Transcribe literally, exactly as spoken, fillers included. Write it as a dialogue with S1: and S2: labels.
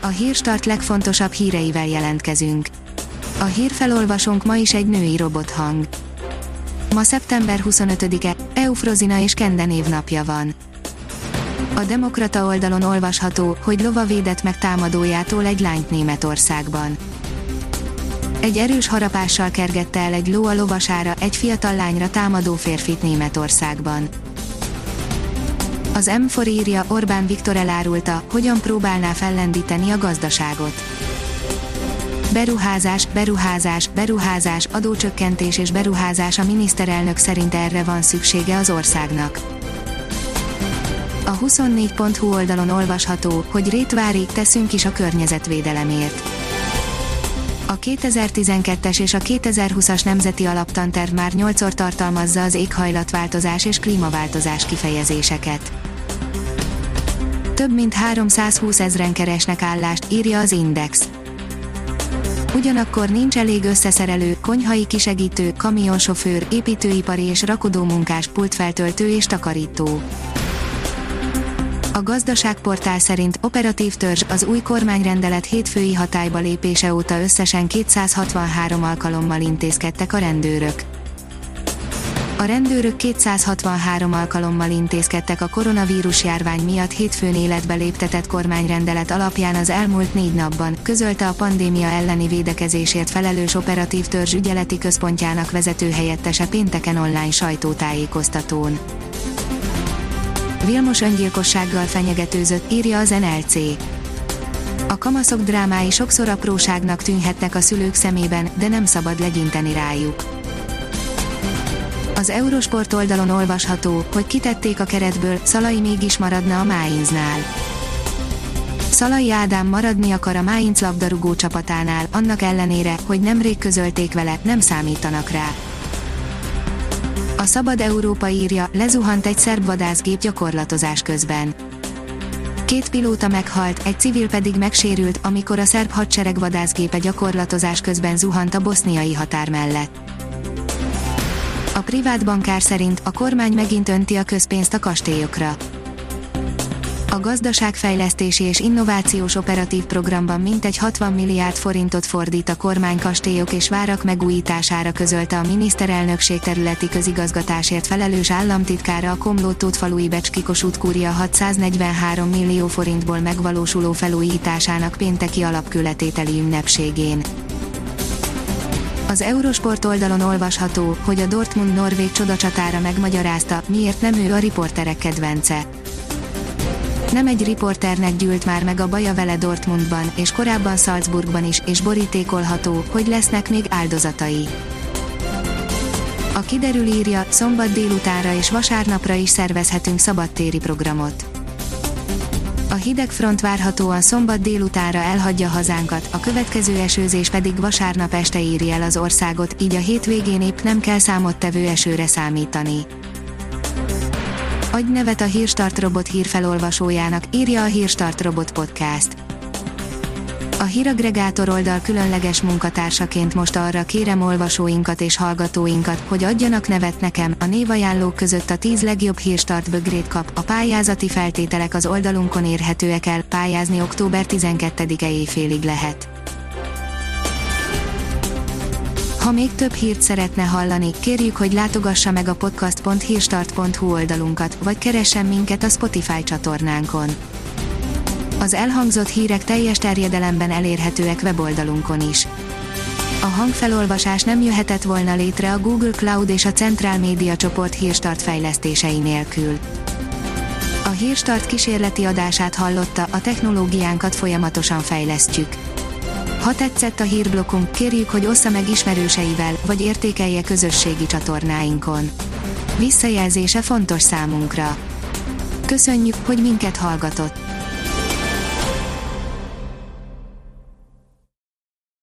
S1: A Hírstart legfontosabb híreivel jelentkezünk. A hírfelolvasónk ma is egy női robothang. Ma szeptember huszonötödike, Eufrozina és Kende névnapja van. A Demokrata oldalon olvasható, hogy lova védett meg támadójától egy lányt Németországban. Egy erős harapással kergette el egy ló a lovasára, egy fiatal lányra támadó férfit Németországban. Az M négy írja, Orbán Viktor elárulta, hogyan próbálná fellendíteni a gazdaságot. Beruházás, beruházás, beruházás, adócsökkentés és beruházás, a miniszterelnök szerint erre van szüksége az országnak. A huszonnégy pont hu oldalon olvasható, hogy Rétvári, teszünk is a környezetvédelemért. A kétezer-tizenkettes és a kétezer-húszas nemzeti alaptanterv már nyolcszor tartalmazza az éghajlatváltozás és klímaváltozás kifejezéseket. Több mint háromszázhúszezren keresnek állást, írja az Index. Ugyanakkor nincs elég összeszerelő, konyhai kisegítő, kamionsofőr, építőipari és rakodómunkás, pultfeltöltő és takarító. A gazdaságportál szerint operatív törzs, az új kormányrendelet hétfői hatályba lépése óta összesen kétszázhatvanhárom alkalommal intézkedtek a rendőrök. A rendőrök kétszázhatvanhárom alkalommal intézkedtek a koronavírus járvány miatt hétfőn életbe léptetett kormányrendelet alapján az elmúlt négy napban, közölte a pandémia elleni védekezésért felelős operatív törzs ügyeleti központjának vezetőhelyettese pénteken online sajtótájékoztatón. Vilmos öngyilkossággal fenyegetőzött, írja az en el cé. A kamaszok drámái sokszor apróságnak tűnhetnek a szülők szemében, de nem szabad legyinteni rájuk. Az Eurosport oldalon olvasható, hogy kitették a keretből, Szalai mégis maradna a Mainznál. Szalai Ádám maradni akar a Mainz labdarúgó csapatánál, annak ellenére, hogy nemrég közölték vele, nem számítanak rá. A Szabad Európa írja, lezuhant egy szerb vadászgép gyakorlatozás közben. Két pilóta meghalt, egy civil pedig megsérült, amikor a szerb hadsereg vadászgépe gyakorlatozás közben zuhant a boszniai határ mellett. A privát bankár szerint a kormány megint önti a közpénzt a kastélyokra. A gazdaságfejlesztési és innovációs operatív programban mintegy hatvan milliárd forintot fordít a kormány kastélyok és várak megújítására, közölte a miniszterelnökség területi közigazgatásért felelős államtitkára a Komló-Tótfalui Becski Kossuth kúria hatszáznegyvenhárom millió forintból megvalósuló felújításának pénteki alapkőletételi ünnepségén. Az Eurosport oldalon olvasható, hogy a Dortmund norvég csodacsatára megmagyarázta, miért nem ő a riporterek kedvence. Nem egy riporternek gyűlt már meg a baja vele Dortmundban, és korábban Salzburgban is, és borítékolható, hogy lesznek még áldozatai. A Kiderül írja, szombat délutánra és vasárnapra is szervezhetünk szabadtéri programot. A hideg front várhatóan szombat délutánra elhagyja hazánkat, a következő esőzés pedig vasárnap este éri el az országot, így a hétvégén épp nem kell számottevő esőre számítani. Adj nevet a Hírstart robot hírfelolvasójának, írja a Hírstart Robot Podcast. A híraggregátor oldal különleges munkatársaként most arra kérem olvasóinkat és hallgatóinkat, hogy adjanak nevet nekem, a névajánlók között a tíz legjobb Hírstart bögrét kap, a pályázati feltételek az oldalunkon érhetőek el, pályázni október tizenkettedike éjfélig lehet. Ha még több hírt szeretne hallani, kérjük, hogy látogassa meg a podcast pont hírstart pont hu oldalunkat, vagy keressen minket a Spotify csatornánkon. Az elhangzott hírek teljes terjedelemben elérhetőek weboldalunkon is. A hangfelolvasás nem jöhetett volna létre a Google Cloud és a Central Media csoport Hírstart fejlesztései nélkül. A Hírstart kísérleti adását hallotta, a technológiánkat folyamatosan fejlesztjük. Ha tetszett a hírblokkunk, kérjük, hogy ossza meg ismerőseivel, vagy értékelje közösségi csatornáinkon. Visszajelzése fontos számunkra. Köszönjük, hogy minket hallgatott!